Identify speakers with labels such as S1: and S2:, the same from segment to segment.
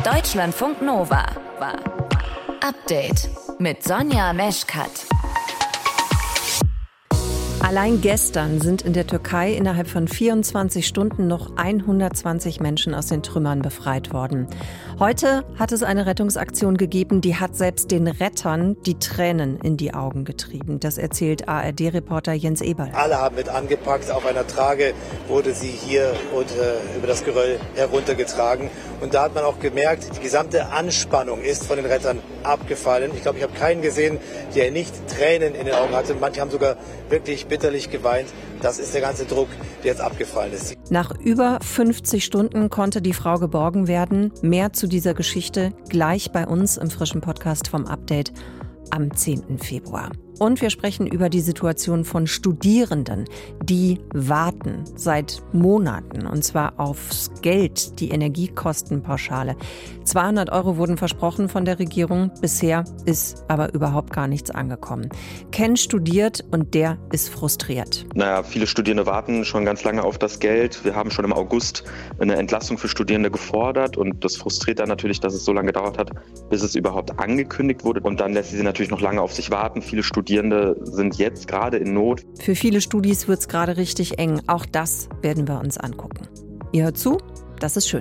S1: Deutschlandfunk Nova. Update mit Sonja Meschkat.
S2: Allein gestern sind in der Türkei innerhalb von 24 Stunden noch 120 Menschen aus den Trümmern befreit worden. Heute hat es eine Rettungsaktion gegeben, die hat selbst den Rettern die Tränen in die Augen getrieben. Das erzählt ARD-Reporter Jens Eberl.
S3: Alle haben mit angepackt. Auf einer Trage wurde sie hier über das Geröll heruntergetragen. Und da hat man auch gemerkt, die gesamte Anspannung ist von den Rettern abgefallen. Ich glaube, ich habe keinen gesehen, der nicht Tränen in den Augen hatte. Manche haben sogar wirklich bitterlich geweint. Das ist der ganze Druck, der jetzt abgefallen ist.
S2: Nach über 50 Stunden konnte die Frau geborgen werden. Mehr zu dieser Geschichte gleich bei uns im frischen Podcast vom Update am 10. Februar. Und wir sprechen über die Situation von Studierenden, die warten seit Monaten, und zwar aufs Geld, die Energiekostenpauschale. 200 € wurden versprochen von der Regierung, bisher ist aber überhaupt gar nichts angekommen. Ken studiert und der ist frustriert.
S4: Viele Studierende warten schon ganz lange auf das Geld. Wir haben schon im August eine Entlastung für Studierende gefordert und das frustriert dann natürlich, dass es so lange gedauert hat, bis es überhaupt angekündigt wurde. Und dann lässt sie natürlich noch lange auf sich warten. Viele Studierende sind jetzt gerade in Not.
S2: Für viele Studis wird es gerade richtig eng. Auch das werden wir uns angucken. Ihr hört zu, das ist schön.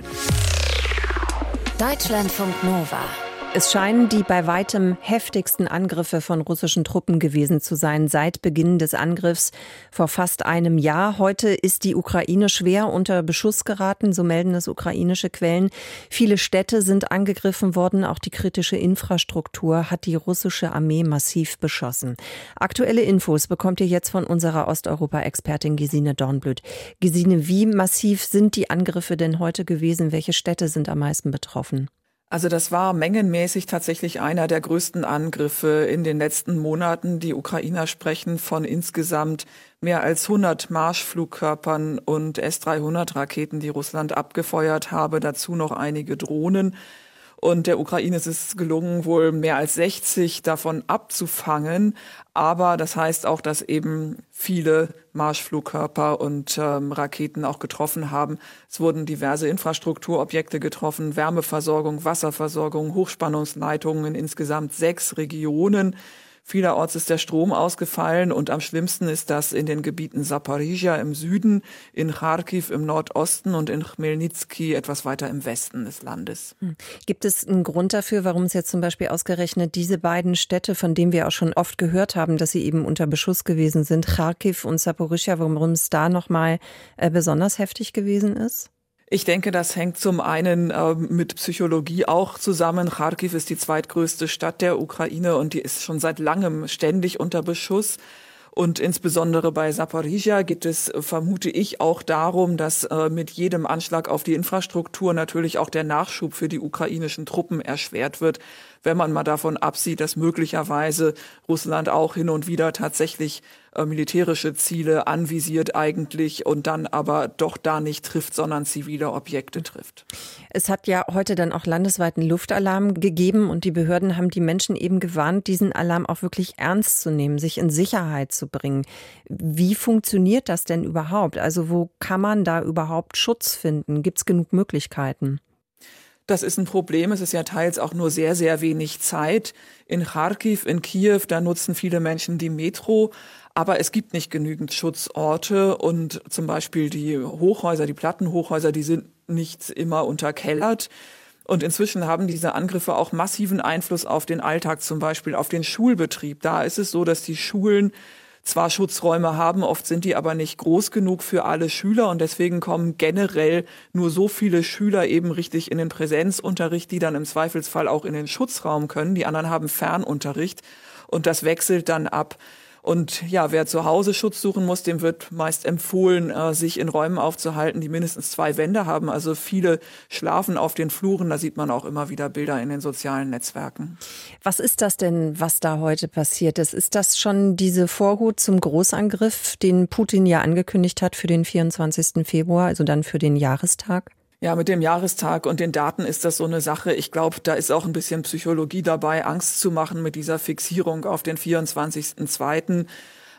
S1: Deutschlandfunk Nova.
S2: Es scheinen die bei weitem heftigsten Angriffe von russischen Truppen gewesen zu sein seit Beginn des Angriffs vor fast einem Jahr. Heute ist die Ukraine schwer unter Beschuss geraten, so melden es ukrainische Quellen. Viele Städte sind angegriffen worden, auch die kritische Infrastruktur hat die russische Armee massiv beschossen. Aktuelle Infos bekommt ihr jetzt von unserer Osteuropa-Expertin Gesine Dornblüt. Gesine, wie massiv sind die Angriffe denn heute gewesen? Welche Städte sind am meisten betroffen?
S5: Also das war mengenmäßig tatsächlich einer der größten Angriffe in den letzten Monaten. Die Ukrainer sprechen von insgesamt mehr als 100 Marschflugkörpern und S-300-Raketen, die Russland abgefeuert habe. Dazu noch einige Drohnen. Und der Ukraine ist es gelungen, wohl mehr als 60 davon abzufangen. Aber das heißt auch, dass eben viele Marschflugkörper und Raketen auch getroffen haben. Es wurden diverse Infrastrukturobjekte getroffen, Wärmeversorgung, Wasserversorgung, Hochspannungsleitungen in insgesamt 6 Regionen. Vielerorts ist der Strom ausgefallen und am schlimmsten ist das in den Gebieten Saporizhia im Süden, in Charkiw im Nordosten und in Chmelnyzki etwas weiter im Westen des Landes.
S2: Gibt es einen Grund dafür, warum es jetzt zum Beispiel ausgerechnet diese beiden Städte, von denen wir auch schon oft gehört haben, dass sie eben unter Beschuss gewesen sind, Charkiw und Saporizhia, warum es da nochmal besonders heftig gewesen ist?
S5: Ich denke, das hängt zum einen mit Psychologie auch zusammen. Charkiw ist die zweitgrößte Stadt der Ukraine und die ist schon seit langem ständig unter Beschuss. Und insbesondere bei Saporizhia geht es, vermute ich, auch darum, dass mit jedem Anschlag auf die Infrastruktur natürlich auch der Nachschub für die ukrainischen Truppen erschwert wird, wenn man mal davon absieht, dass möglicherweise Russland auch hin und wieder tatsächlich militärische Ziele anvisiert eigentlich und dann aber doch da nicht trifft, sondern zivile Objekte trifft.
S2: Es hat ja heute dann auch landesweiten Luftalarm gegeben und die Behörden haben die Menschen eben gewarnt, diesen Alarm auch wirklich ernst zu nehmen, sich in Sicherheit zu bringen. Wie funktioniert das denn überhaupt? Also wo kann man da überhaupt Schutz finden? Gibt es genug Möglichkeiten?
S5: Das ist ein Problem. Es ist ja teils auch nur sehr, sehr wenig Zeit. In Charkiw, in Kiew, da nutzen viele Menschen die Metro. Aber es gibt nicht genügend Schutzorte und zum Beispiel die Hochhäuser, die Plattenhochhäuser, die sind nicht immer unterkellert. Und inzwischen haben diese Angriffe auch massiven Einfluss auf den Alltag, zum Beispiel auf den Schulbetrieb. Da ist es so, dass die Schulen zwar Schutzräume haben, oft sind die aber nicht groß genug für alle Schüler und deswegen kommen generell nur so viele Schüler eben richtig in den Präsenzunterricht, die dann im Zweifelsfall auch in den Schutzraum können. Die anderen haben Fernunterricht und das wechselt dann ab. Und ja, wer zu Hause Schutz suchen muss, dem wird meist empfohlen, sich in Räumen aufzuhalten, die mindestens 2 Wände haben. Also viele schlafen auf den Fluren. Da sieht man auch immer wieder Bilder in den sozialen Netzwerken.
S2: Was ist das denn, was da heute passiert ist? Ist das schon diese Vorhut zum Großangriff, den Putin ja angekündigt hat für den 24. Februar, also dann für den Jahrestag?
S5: Ja, mit dem Jahrestag und den Daten ist das so eine Sache. Ich glaube, da ist auch ein bisschen Psychologie dabei, Angst zu machen mit dieser Fixierung auf den 24.02.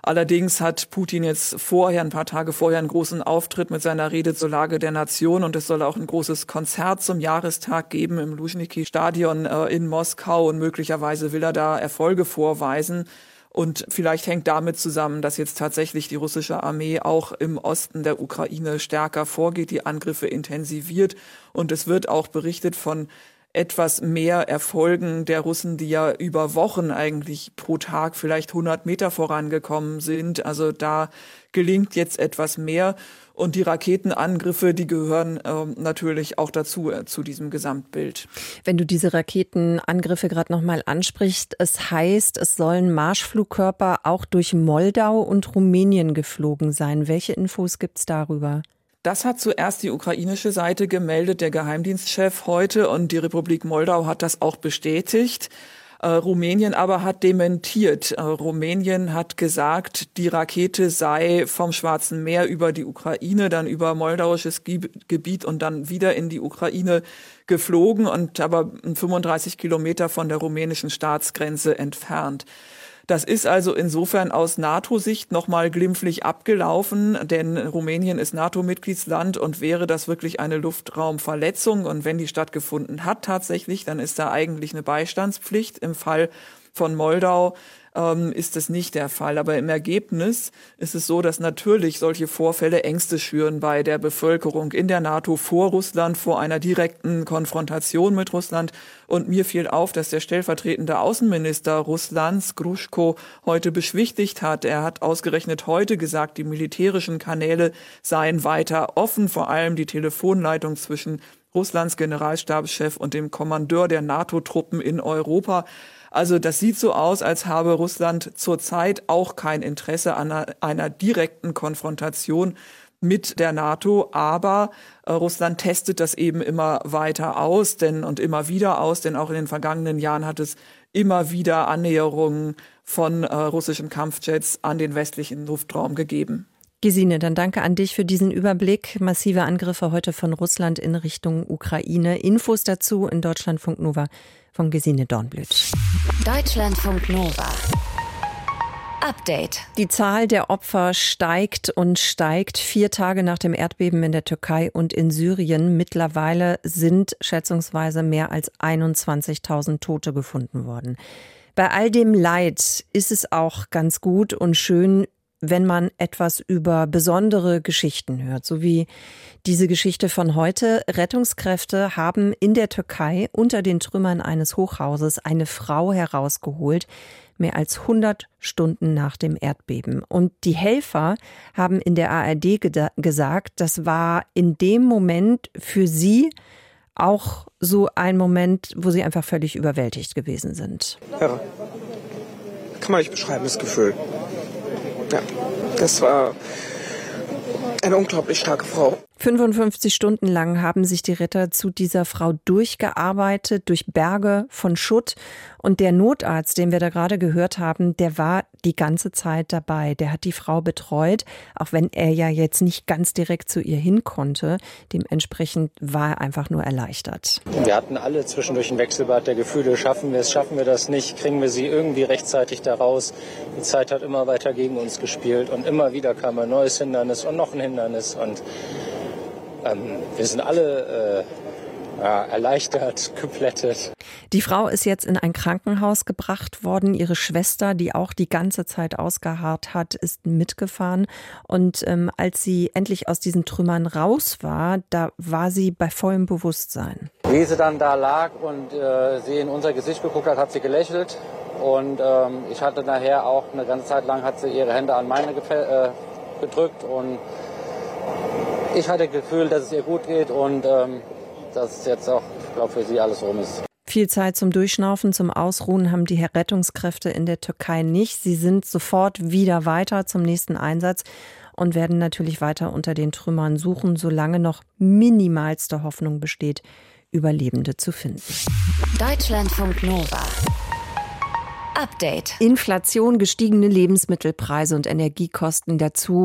S5: Allerdings hat Putin jetzt ein paar Tage vorher, einen großen Auftritt mit seiner Rede zur Lage der Nation und es soll auch ein großes Konzert zum Jahrestag geben im Luschniki-Stadion in Moskau und möglicherweise will er da Erfolge vorweisen. Und vielleicht hängt damit zusammen, dass jetzt tatsächlich die russische Armee auch im Osten der Ukraine stärker vorgeht, die Angriffe intensiviert und es wird auch berichtet von etwas mehr Erfolgen der Russen, die ja über Wochen eigentlich pro Tag vielleicht 100 Meter vorangekommen sind. Also da gelingt jetzt etwas mehr. Und die Raketenangriffe, die gehören natürlich auch dazu, zu diesem Gesamtbild.
S2: Wenn du diese Raketenangriffe gerade nochmal ansprichst, es heißt, es sollen Marschflugkörper auch durch Moldau und Rumänien geflogen sein. Welche Infos gibt's darüber?
S5: Das hat zuerst die ukrainische Seite gemeldet, der Geheimdienstchef heute, und die Republik Moldau hat das auch bestätigt. Rumänien aber hat dementiert. Rumänien hat gesagt, die Rakete sei vom Schwarzen Meer über die Ukraine, dann über moldauisches Gebiet und dann wieder in die Ukraine geflogen und aber 35 Kilometer von der rumänischen Staatsgrenze entfernt. Das ist also insofern aus NATO-Sicht nochmal glimpflich abgelaufen, denn Rumänien ist NATO-Mitgliedsland und wäre das wirklich eine Luftraumverletzung. Und wenn die stattgefunden hat tatsächlich, dann ist da eigentlich eine Beistandspflicht. Im Fall von Moldau ist es nicht der Fall. Aber im Ergebnis ist es so, dass natürlich solche Vorfälle Ängste schüren bei der Bevölkerung in der NATO vor Russland, vor einer direkten Konfrontation mit Russland. Und mir fiel auf, dass der stellvertretende Außenminister Russlands, Gruschko, heute beschwichtigt hat. Er hat ausgerechnet heute gesagt, die militärischen Kanäle seien weiter offen, vor allem die Telefonleitung zwischen Russlands Generalstabschef und dem Kommandeur der NATO-Truppen in Europa. Also das sieht so aus, als habe Russland zurzeit auch kein Interesse an einer direkten Konfrontation mit der NATO, aber Russland testet das eben immer weiter aus und immer wieder aus, denn auch in den vergangenen Jahren hat es immer wieder Annäherungen von russischen Kampfjets an den westlichen Luftraum gegeben.
S2: Gesine, dann danke an dich für diesen Überblick. Massive Angriffe heute von Russland in Richtung Ukraine. Infos dazu in Deutschlandfunk Nova von Gesine Dornblüt.
S1: Deutschlandfunk Nova. Update.
S2: Die Zahl der Opfer steigt und steigt. 4 Tage nach dem Erdbeben in der Türkei und in Syrien. Mittlerweile sind schätzungsweise mehr als 21.000 Tote gefunden worden. Bei all dem Leid ist es auch ganz gut und schön, wenn man etwas über besondere Geschichten hört, so wie diese Geschichte von heute. Rettungskräfte haben in der Türkei unter den Trümmern eines Hochhauses eine Frau herausgeholt, mehr als 100 Stunden nach dem Erdbeben. Und die Helfer haben in der ARD gesagt, das war in dem Moment für sie auch so ein Moment, wo sie einfach völlig überwältigt gewesen sind.
S6: Ja, kann man nicht beschreiben, das Gefühl. Ja, das war eine unglaublich starke Frau.
S2: 55 Stunden lang haben sich die Retter zu dieser Frau durchgearbeitet, durch Berge von Schutt. Und der Notarzt, den wir da gerade gehört haben, der war die ganze Zeit dabei. Der hat die Frau betreut, auch wenn er ja jetzt nicht ganz direkt zu ihr hin konnte. Dementsprechend war er einfach nur erleichtert.
S7: Wir hatten alle zwischendurch ein Wechselbad der Gefühle. Schaffen wir es, schaffen wir das nicht? Kriegen wir sie irgendwie rechtzeitig da raus? Die Zeit hat immer weiter gegen uns gespielt und immer wieder kam ein neues Hindernis und noch ein Hindernis. Und wir sind alle erleichtert, geplättet.
S2: Die Frau ist jetzt in ein Krankenhaus gebracht worden. Ihre Schwester, die auch die ganze Zeit ausgeharrt hat, ist mitgefahren. Und als sie endlich aus diesen Trümmern raus war, da war sie bei vollem Bewusstsein.
S7: Wie sie dann da lag und sie in unser Gesicht geguckt hat, hat sie gelächelt. Und ich hatte nachher auch eine ganze Zeit lang, hat sie ihre Hände an meine gedrückt. Und ich hatte das Gefühl, dass es ihr gut geht und dass jetzt auch, ich glaube, für sie alles rum ist.
S2: Viel Zeit zum Durchschnaufen, zum Ausruhen haben die Rettungskräfte in der Türkei nicht. Sie sind sofort wieder weiter zum nächsten Einsatz und werden natürlich weiter unter den Trümmern suchen, solange noch minimalste Hoffnung besteht, Überlebende zu finden.
S1: Deutschlandfunk Nova. Update.
S2: Inflation, gestiegene Lebensmittelpreise und Energiekosten, dazu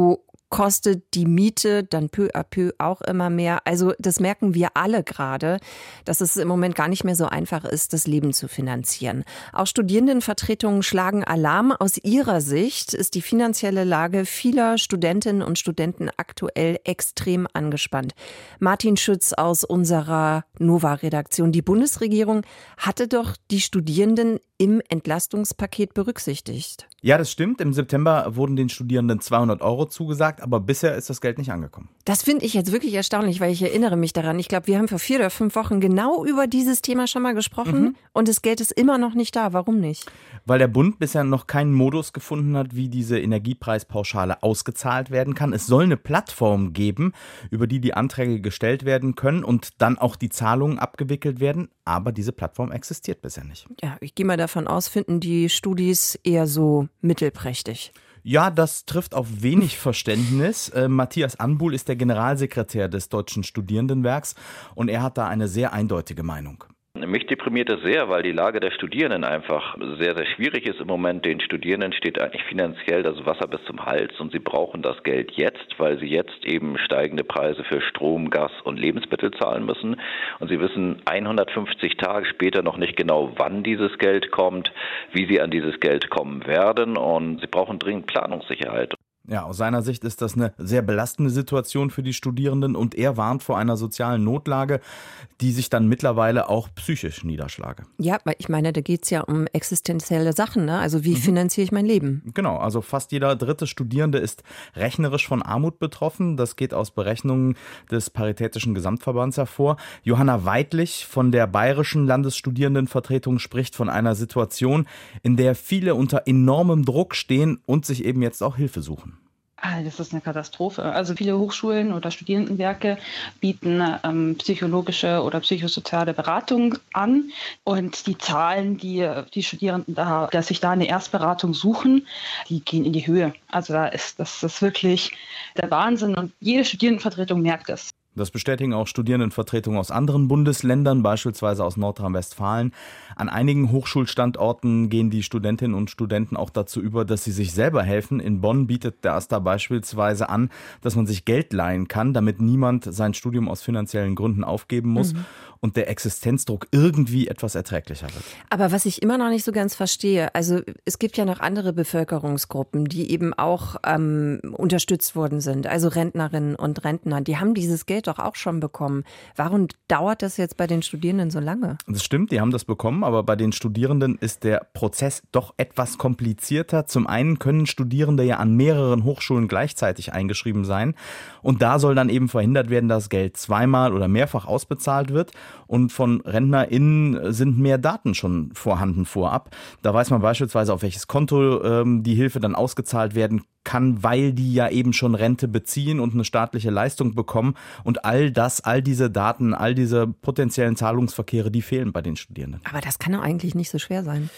S2: kostet die Miete dann peu à peu auch immer mehr. Also das merken wir alle gerade, dass es im Moment gar nicht mehr so einfach ist, das Leben zu finanzieren. Auch Studierendenvertretungen schlagen Alarm. Aus ihrer Sicht ist die finanzielle Lage vieler Studentinnen und Studenten aktuell extrem angespannt. Martin Schütz aus unserer Nova-Redaktion. Die Bundesregierung hatte doch die Studierenden im Entlastungspaket berücksichtigt.
S8: Ja, das stimmt. Im September wurden den Studierenden 200 € zugesagt, aber bisher ist das Geld nicht angekommen.
S2: Das finde ich jetzt wirklich erstaunlich, weil ich erinnere mich daran. Ich glaube, wir haben vor 4 oder 5 Wochen genau über dieses Thema schon mal gesprochen und das Geld ist immer noch nicht da. Warum nicht?
S8: Weil der Bund bisher noch keinen Modus gefunden hat, wie diese Energiepreispauschale ausgezahlt werden kann. Es soll eine Plattform geben, über die die Anträge gestellt werden können und dann auch die Zahlungen abgewickelt werden. Aber diese Plattform existiert bisher nicht.
S2: Ja, ich gehe mal davon aus, finden die Studis eher so mittelprächtig.
S8: Ja, das trifft auf wenig Verständnis. Matthias Anbuhl ist der Generalsekretär des Deutschen Studierendenwerks und er hat da eine sehr eindeutige Meinung.
S9: Mich deprimiert das sehr, weil die Lage der Studierenden einfach sehr, sehr schwierig ist im Moment. Den Studierenden steht eigentlich finanziell das Wasser bis zum Hals und sie brauchen das Geld jetzt, weil sie jetzt eben steigende Preise für Strom, Gas und Lebensmittel zahlen müssen. Und sie wissen 150 Tage später noch nicht genau, wann dieses Geld kommt, wie sie an dieses Geld kommen werden und sie brauchen dringend Planungssicherheit.
S8: Ja, aus seiner Sicht ist das eine sehr belastende Situation für die Studierenden und er warnt vor einer sozialen Notlage, die sich dann mittlerweile auch psychisch niederschlage.
S2: Ja, weil ich meine, da geht es ja um existenzielle Sachen, ne? Also wie finanziere ich mein Leben?
S8: Genau, also fast jeder dritte Studierende ist rechnerisch von Armut betroffen. Das geht aus Berechnungen des Paritätischen Gesamtverbands hervor. Johanna Weidlich von der Bayerischen Landesstudierendenvertretung spricht von einer Situation, in der viele unter enormem Druck stehen und sich eben jetzt auch Hilfe suchen.
S10: Das ist eine Katastrophe. Also viele Hochschulen oder Studierendenwerke bieten psychologische oder psychosoziale Beratung an. Und die Zahlen, die Studierenden dass sich da eine Erstberatung suchen, die gehen in die Höhe. Also das ist wirklich der Wahnsinn. Und jede Studierendenvertretung merkt es.
S8: Das bestätigen auch Studierendenvertretungen aus anderen Bundesländern, beispielsweise aus Nordrhein-Westfalen. An einigen Hochschulstandorten gehen die Studentinnen und Studenten auch dazu über, dass sie sich selber helfen. In Bonn bietet der AStA beispielsweise an, dass man sich Geld leihen kann, damit niemand sein Studium aus finanziellen Gründen aufgeben muss und der Existenzdruck irgendwie etwas erträglicher wird.
S2: Aber was ich immer noch nicht so ganz verstehe, also es gibt ja noch andere Bevölkerungsgruppen, die eben auch unterstützt worden sind, also Rentnerinnen und Rentner, die haben dieses Geld doch auch schon bekommen. Warum dauert das jetzt bei den Studierenden so lange?
S8: Das stimmt, die haben das bekommen, aber bei den Studierenden ist der Prozess doch etwas komplizierter. Zum einen können Studierende ja an mehreren Hochschulen gleichzeitig eingeschrieben sein und da soll dann eben verhindert werden, dass Geld zweimal oder mehrfach ausbezahlt wird. Und von RentnerInnen sind mehr Daten schon vorhanden vorab. Da weiß man beispielsweise, auf welches Konto die Hilfe dann ausgezahlt werden kann, weil die ja eben schon Rente beziehen und eine staatliche Leistung bekommen. Und all diese Daten, all diese potenziellen Zahlungsverkehre, die fehlen bei den Studierenden.
S2: Aber das kann doch eigentlich nicht so schwer sein.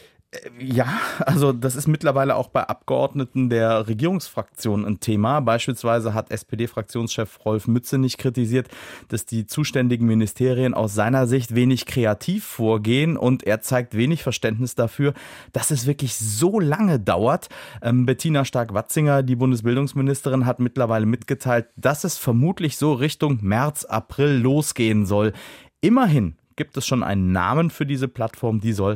S8: Ja, also das ist mittlerweile auch bei Abgeordneten der Regierungsfraktion ein Thema. Beispielsweise hat SPD-Fraktionschef Rolf Mützenich kritisiert, dass die zuständigen Ministerien aus seiner Sicht wenig kreativ vorgehen und er zeigt wenig Verständnis dafür, dass es wirklich so lange dauert. Bettina Stark-Watzinger, die Bundesbildungsministerin, hat mittlerweile mitgeteilt, dass es vermutlich so Richtung März, April losgehen soll. Immerhin gibt es schon einen Namen für diese Plattform, die soll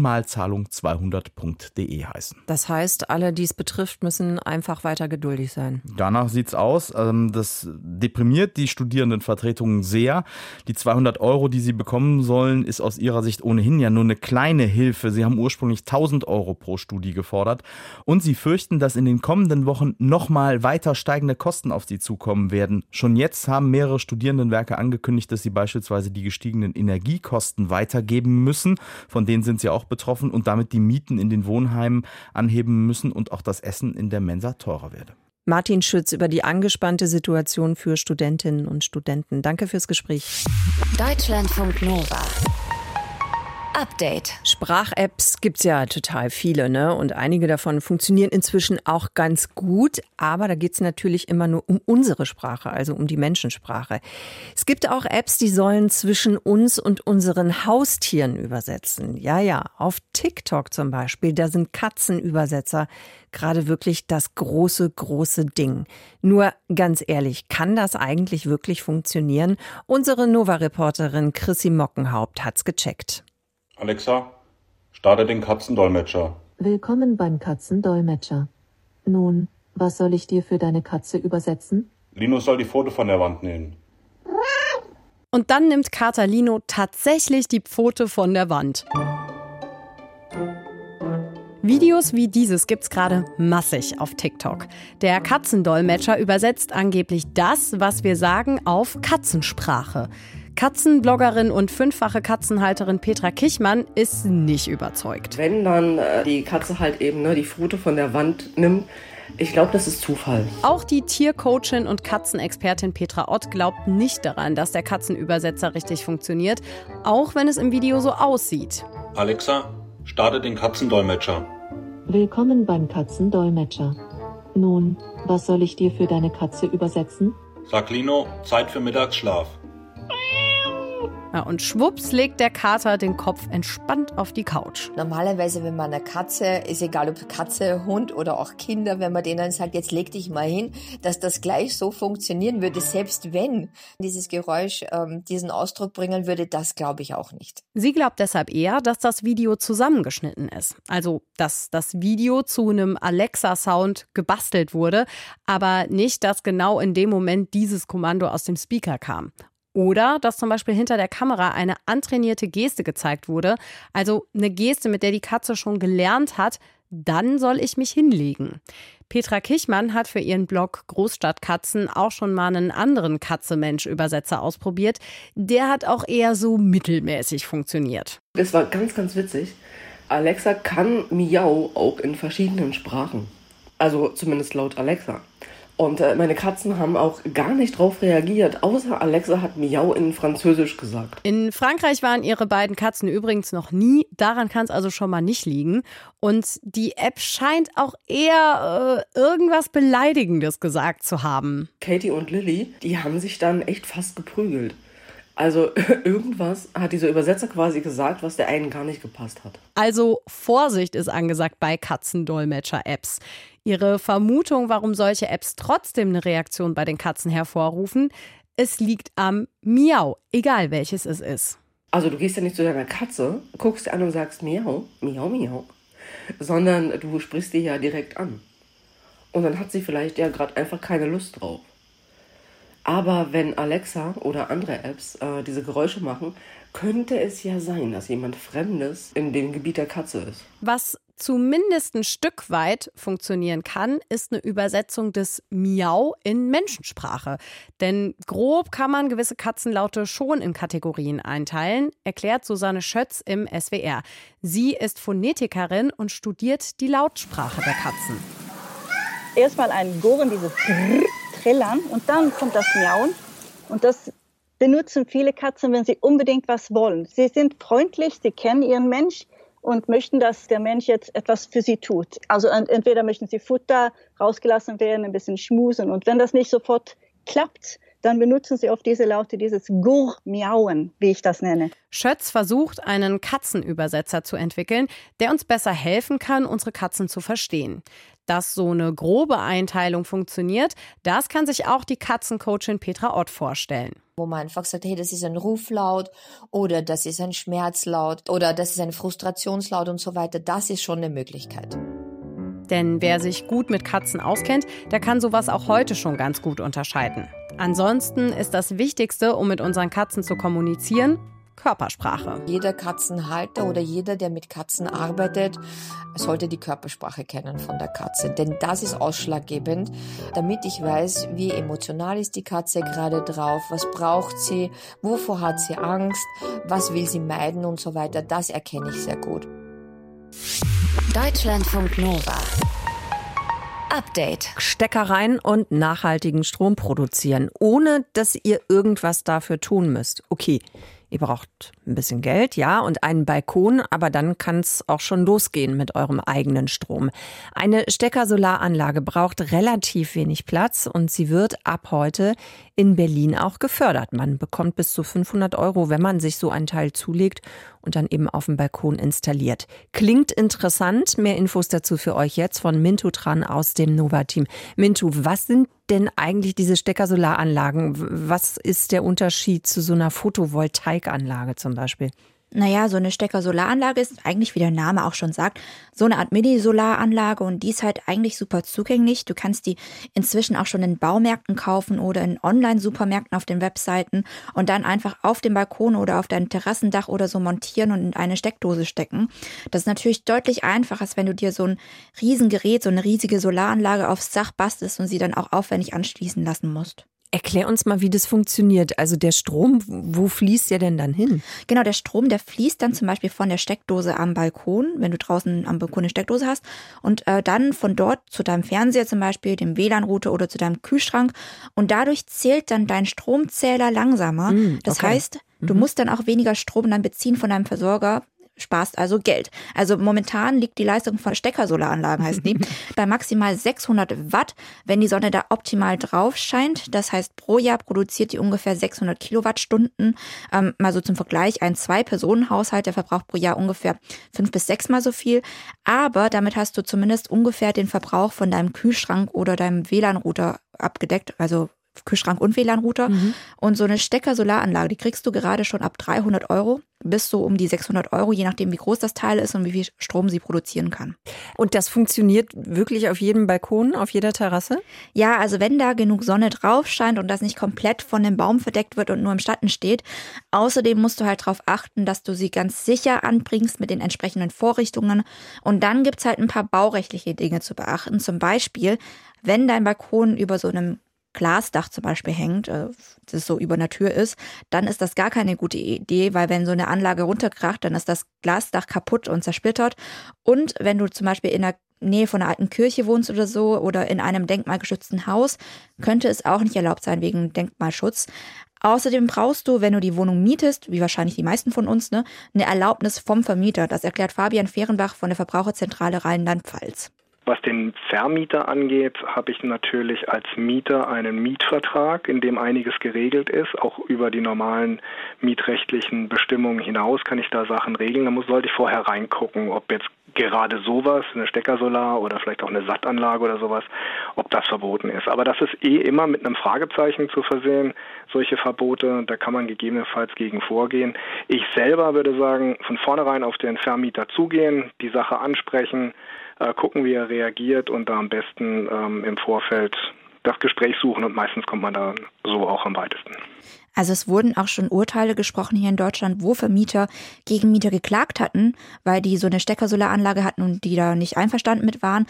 S8: Einmalzahlung200.de heißen.
S2: Das heißt, alle, die es betrifft, müssen einfach weiter geduldig sein.
S8: Danach sieht's aus. Das deprimiert die Studierendenvertretungen sehr. Die 200 €, die sie bekommen sollen, ist aus ihrer Sicht ohnehin ja nur eine kleine Hilfe. Sie haben ursprünglich 1.000 € pro Studie gefordert. Und sie fürchten, dass in den kommenden Wochen nochmal weiter steigende Kosten auf sie zukommen werden. Schon jetzt haben mehrere Studierendenwerke angekündigt, dass sie beispielsweise die gestiegenen Energiekosten weitergeben müssen. Von denen sind sie auch betroffen und damit die Mieten in den Wohnheimen anheben müssen und auch das Essen in der Mensa teurer werde.
S2: Martin Schütz über die angespannte Situation für Studentinnen und Studenten. Danke fürs Gespräch.
S1: Deutschlandfunk Nova. Update.
S2: Sprach-Apps gibt's ja total viele, ne? Und einige davon funktionieren inzwischen auch ganz gut. Aber da geht's natürlich immer nur um unsere Sprache, also um die Menschensprache. Es gibt auch Apps, die sollen zwischen uns und unseren Haustieren übersetzen. Ja, auf TikTok zum Beispiel, da sind Katzenübersetzer gerade wirklich das große Ding. Nur ganz ehrlich, kann das eigentlich wirklich funktionieren? Unsere Nova-Reporterin Chrissy Mockenhaupt hat's gecheckt.
S11: Alexa, starte den Katzendolmetscher.
S12: Willkommen beim Katzendolmetscher. Nun, was soll ich dir für deine Katze übersetzen?
S11: Linus soll die Pfote von der Wand nehmen.
S13: Und dann nimmt Kater Lino tatsächlich die Pfote von der Wand. Videos wie dieses gibt's gerade massig auf TikTok. Der Katzendolmetscher übersetzt angeblich das, was wir sagen, auf Katzensprache. Katzenbloggerin und 5-fache Katzenhalterin Petra Kichmann ist nicht überzeugt.
S14: Wenn dann die Katze halt eben die Pfote von der Wand nimmt, ich glaube, das ist Zufall.
S13: Auch die Tiercoachin und Katzenexpertin Petra Ott glaubt nicht daran, dass der Katzenübersetzer richtig funktioniert, auch wenn es im Video so aussieht.
S11: Alexa, starte den Katzendolmetscher.
S12: Willkommen beim Katzendolmetscher. Nun, was soll ich dir für deine Katze übersetzen?
S11: Sag Lino, Zeit für Mittagsschlaf.
S13: Ja, und schwupps legt der Kater den Kopf entspannt auf die Couch.
S15: Normalerweise, wenn man eine Katze, ist egal ob Katze, Hund oder auch Kinder, wenn man denen sagt, jetzt leg dich mal hin, dass das gleich so funktionieren würde, selbst wenn dieses Geräusch diesen Ausdruck bringen würde, das glaube ich auch nicht.
S13: Sie glaubt deshalb eher, dass das Video zusammengeschnitten ist. Also, dass das Video zu einem Alexa-Sound gebastelt wurde, aber nicht, dass genau in dem Moment dieses Kommando aus dem Speaker kam. Oder dass zum Beispiel hinter der Kamera eine antrainierte Geste gezeigt wurde, also eine Geste, mit der die Katze schon gelernt hat, dann soll ich mich hinlegen. Petra Kichmann hat für ihren Blog Großstadtkatzen auch schon mal einen anderen Katze-Mensch-Übersetzer ausprobiert. Der hat auch eher so mittelmäßig funktioniert.
S14: Das war ganz, ganz witzig. Alexa kann Miau auch in verschiedenen Sprachen. Also zumindest laut Alexa. Und meine Katzen haben auch gar nicht drauf reagiert, außer Alexa hat Miau in Französisch gesagt.
S13: In Frankreich waren ihre beiden Katzen übrigens noch nie. Daran kann es also schon mal nicht liegen. Und die App scheint auch eher irgendwas Beleidigendes gesagt zu haben.
S14: Katie und Lilly, die haben sich dann echt fast geprügelt. Also irgendwas hat dieser Übersetzer quasi gesagt, was der einen gar nicht gepasst hat.
S13: Also Vorsicht ist angesagt bei Katzendolmetscher-Apps. Ihre Vermutung, warum solche Apps trotzdem eine Reaktion bei den Katzen hervorrufen, es liegt am Miau, egal welches es ist.
S14: Also du gehst ja nicht zu deiner Katze, guckst dir an und sagst Miau, Miau, Miau, sondern du sprichst die ja direkt an. Und dann hat sie vielleicht ja gerade einfach keine Lust drauf. Aber wenn Alexa oder andere Apps diese Geräusche machen, könnte es ja sein, dass jemand Fremdes in dem Gebiet der Katze ist.
S13: Was zumindest ein Stück weit funktionieren kann, ist eine Übersetzung des Miau in Menschensprache. Denn grob kann man gewisse Katzenlaute schon in Kategorien einteilen, erklärt Susanne Schötz im SWR. Sie ist Phonetikerin und studiert die Lautsprache der Katzen.
S16: Erstmal ein Gurren, dieses Trillern, und dann kommt das Miauen. Und das benutzen viele Katzen, wenn sie unbedingt was wollen. Sie sind freundlich, sie kennen ihren Mensch und möchten, dass der Mensch jetzt etwas für sie tut. Also entweder möchten sie Futter, rausgelassen werden, ein bisschen schmusen. Und wenn das nicht sofort klappt, dann benutzen sie auf diese Laute dieses Gurr-Miauen, wie ich das nenne.
S13: Schötz versucht, einen Katzenübersetzer zu entwickeln, der uns besser helfen kann, unsere Katzen zu verstehen. Dass so eine grobe Einteilung funktioniert, das kann sich auch die Katzencoachin Petra Ott vorstellen.
S15: Wo man einfach sagt, hey, das ist ein Ruflaut oder das ist ein Schmerzlaut oder das ist ein Frustrationslaut und so weiter. Das ist schon eine Möglichkeit.
S13: Denn wer sich gut mit Katzen auskennt, der kann sowas auch heute schon ganz gut unterscheiden. Ansonsten ist das Wichtigste, um mit unseren Katzen zu kommunizieren, Körpersprache.
S15: Jeder Katzenhalter oder jeder, der mit Katzen arbeitet, sollte die Körpersprache kennen von der Katze. Denn das ist ausschlaggebend, damit ich weiß, wie emotional ist die Katze gerade drauf, was braucht sie, wovor hat sie Angst, was will sie meiden und so weiter. Das erkenne ich sehr gut.
S1: Deutschlandfunk Nova. Update.
S2: Stecker rein und nachhaltigen Strom produzieren, ohne dass ihr irgendwas dafür tun müsst. Okay, Ihr braucht ein bisschen Geld, ja, und einen Balkon, aber dann kann es auch schon losgehen mit eurem eigenen Strom. Eine Stecker-Solaranlage braucht relativ wenig Platz und sie wird ab heute in Berlin auch gefördert. Man bekommt bis zu 500 €, wenn man sich so ein Teil zulegt und dann eben auf dem Balkon installiert. Klingt interessant. Mehr Infos dazu für euch jetzt von Mintu Tran aus dem Nova-Team. Mintu, was sind denn eigentlich diese Stecker-Solaranlagen? Was ist der Unterschied zu so einer Photovoltaikanlage zum Beispiel?
S17: Naja, so eine Stecker-Solaranlage ist eigentlich, wie der Name auch schon sagt, so eine Art Mini-Solaranlage und die ist halt eigentlich super zugänglich. Du kannst die inzwischen auch schon in Baumärkten kaufen oder in Online-Supermärkten auf den Webseiten und dann einfach auf dem Balkon oder auf dein Terrassendach oder so montieren und in eine Steckdose stecken. Das ist natürlich deutlich einfacher, als wenn du dir so ein Riesengerät, so eine riesige Solaranlage aufs Dach bastelst und sie dann auch aufwendig anschließen lassen musst.
S2: Erklär uns mal, wie das funktioniert. Also der Strom, wo fließt der denn dann hin?
S17: Genau, der Strom, der fließt dann zum Beispiel von der Steckdose am Balkon, wenn du draußen am Balkon eine Steckdose hast und dann von dort zu deinem Fernseher zum Beispiel, dem WLAN-Router oder zu deinem Kühlschrank und dadurch zählt dann dein Stromzähler langsamer. Das heißt, du musst dann auch weniger Strom dann beziehen von deinem Versorger, sparst also Geld. Also momentan liegt die Leistung von Stecker-Solaranlagen, heißt die, bei maximal 600 Watt, wenn die Sonne da optimal drauf scheint. Das heißt, pro Jahr produziert die ungefähr 600 Kilowattstunden. Mal so zum Vergleich, ein 2-Personen-Haushalt, der verbraucht pro Jahr ungefähr 5 bis 6 Mal so viel. Aber damit hast du zumindest ungefähr den Verbrauch von deinem Kühlschrank oder deinem WLAN-Router abgedeckt, also Kühlschrank und WLAN-Router. Und so eine Stecker-Solaranlage, die kriegst du gerade schon ab 300 € bis so um die 600 €, je nachdem, wie groß das Teil ist und wie viel Strom sie produzieren kann.
S2: Und das funktioniert wirklich auf jedem Balkon, auf jeder Terrasse?
S17: Ja, also wenn da genug Sonne drauf scheint und das nicht komplett von dem Baum verdeckt wird und nur im Schatten steht. Außerdem musst du halt darauf achten, dass du sie ganz sicher anbringst mit den entsprechenden Vorrichtungen. Und dann gibt's halt ein paar baurechtliche Dinge zu beachten. Zum Beispiel, wenn dein Balkon über so einem Glasdach zum Beispiel hängt, das so über einer Tür ist, dann ist das gar keine gute Idee, weil wenn so eine Anlage runterkracht, dann ist das Glasdach kaputt und zersplittert. Und wenn du zum Beispiel in der Nähe von einer alten Kirche wohnst oder so oder in einem denkmalgeschützten Haus, könnte es auch nicht erlaubt sein wegen Denkmalschutz. Außerdem brauchst du, wenn du die Wohnung mietest, wie wahrscheinlich die meisten von uns, eine Erlaubnis vom Vermieter. Das erklärt Fabian Fehrenbach von der Verbraucherzentrale Rheinland-Pfalz.
S18: Was den Vermieter angeht, habe ich natürlich als Mieter einen Mietvertrag, in dem einiges geregelt ist. Auch über die normalen mietrechtlichen Bestimmungen hinaus kann ich da Sachen regeln. Da sollte ich vorher reingucken, ob jetzt gerade sowas, eine Steckersolar oder vielleicht auch eine Sattanlage oder sowas, ob das verboten ist. Aber das ist immer mit einem Fragezeichen zu versehen, solche Verbote. Da kann man gegebenenfalls gegen vorgehen. Ich selber würde sagen, von vornherein auf den Vermieter zugehen, die Sache ansprechen, gucken, wie er reagiert und da am besten im Vorfeld das Gespräch suchen und meistens kommt man da so auch am weitesten.
S17: Also es wurden auch schon Urteile gesprochen hier in Deutschland, wo Vermieter gegen Mieter geklagt hatten, weil die so eine Stecker-Solaranlage hatten und die da nicht einverstanden mit waren.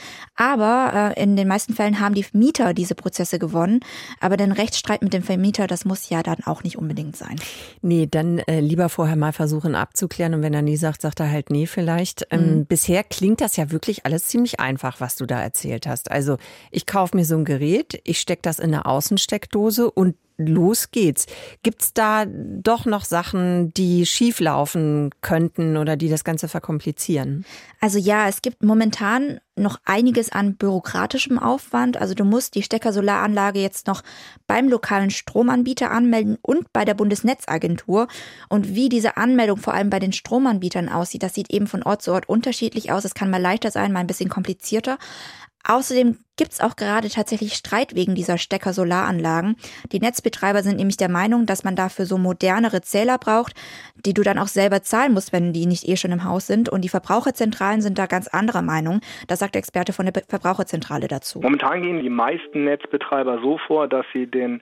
S17: Aber in den meisten Fällen haben die Mieter diese Prozesse gewonnen. Aber den Rechtsstreit mit dem Vermieter, das muss ja dann auch nicht unbedingt sein.
S2: Nee, dann lieber vorher mal versuchen abzuklären. Und wenn er nee sagt, sagt er halt nee vielleicht. Bisher klingt das ja wirklich alles ziemlich einfach, was du da erzählt hast. Also ich kaufe mir so ein Gerät, ich stecke das in eine Außensteckdose und los geht's. Gibt's da doch noch Sachen, die schief laufen könnten oder die das Ganze verkomplizieren?
S17: Also ja, es gibt momentan noch einiges an bürokratischem Aufwand. Also du musst die Stecker-Solaranlage jetzt noch beim lokalen Stromanbieter anmelden und bei der Bundesnetzagentur. Und wie diese Anmeldung vor allem bei den Stromanbietern aussieht, das sieht eben von Ort zu Ort unterschiedlich aus. Es kann mal leichter sein, mal ein bisschen komplizierter. Außerdem gibt es auch gerade tatsächlich Streit wegen dieser Stecker-Solaranlagen. Die Netzbetreiber sind nämlich der Meinung, dass man dafür so modernere Zähler braucht, die du dann auch selber zahlen musst, wenn die nicht schon im Haus sind. Und die Verbraucherzentralen sind da ganz anderer Meinung. Das sagt der Experte von der Verbraucherzentrale dazu.
S18: Momentan gehen die meisten Netzbetreiber so vor, dass sie den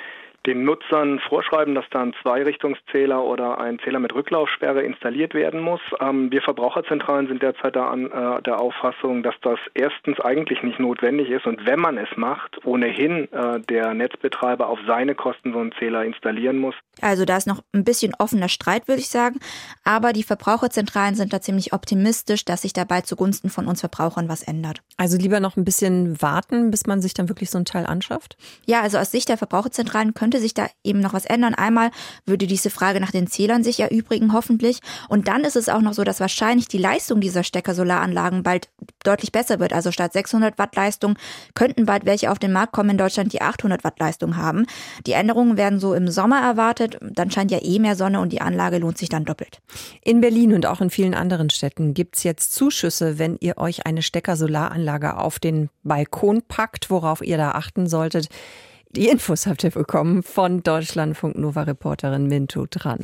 S18: Nutzern vorschreiben, dass da ein Zweirichtungszähler oder ein Zähler mit Rücklaufsperre installiert werden muss. Wir Verbraucherzentralen sind derzeit der Auffassung, dass das erstens eigentlich nicht notwendig ist und wenn man es macht, ohnehin der Netzbetreiber auf seine Kosten so einen Zähler installieren muss.
S17: Also da ist noch ein bisschen offener Streit, würde ich sagen. Aber die Verbraucherzentralen sind da ziemlich optimistisch, dass sich dabei zugunsten von uns Verbrauchern was ändert.
S2: Also lieber noch ein bisschen warten, bis man sich dann wirklich so ein Teil anschafft?
S17: Ja, also aus Sicht der Verbraucherzentralen könnte könnte sich da eben noch was ändern. Einmal würde diese Frage nach den Zählern sich erübrigen, hoffentlich. Und dann ist es auch noch so, dass wahrscheinlich die Leistung dieser Stecker-Solaranlagen bald deutlich besser wird. Also statt 600 Watt Leistung könnten bald welche auf den Markt kommen in Deutschland, die 800 Watt Leistung haben. Die Änderungen werden so im Sommer erwartet. Dann scheint ja mehr Sonne und die Anlage lohnt sich dann doppelt.
S2: In Berlin und auch in vielen anderen Städten gibt es jetzt Zuschüsse, wenn ihr euch eine Stecker-Solaranlage auf den Balkon packt, worauf ihr da achten solltet. Die Infos habt ihr bekommen von Deutschlandfunk Nova-Reporterin Mintu Tran.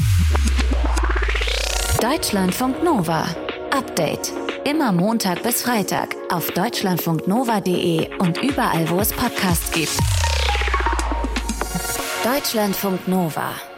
S1: Deutschlandfunk Nova. Update. Immer Montag bis Freitag auf deutschlandfunknova.de und überall, wo es Podcasts gibt. Deutschlandfunk Nova.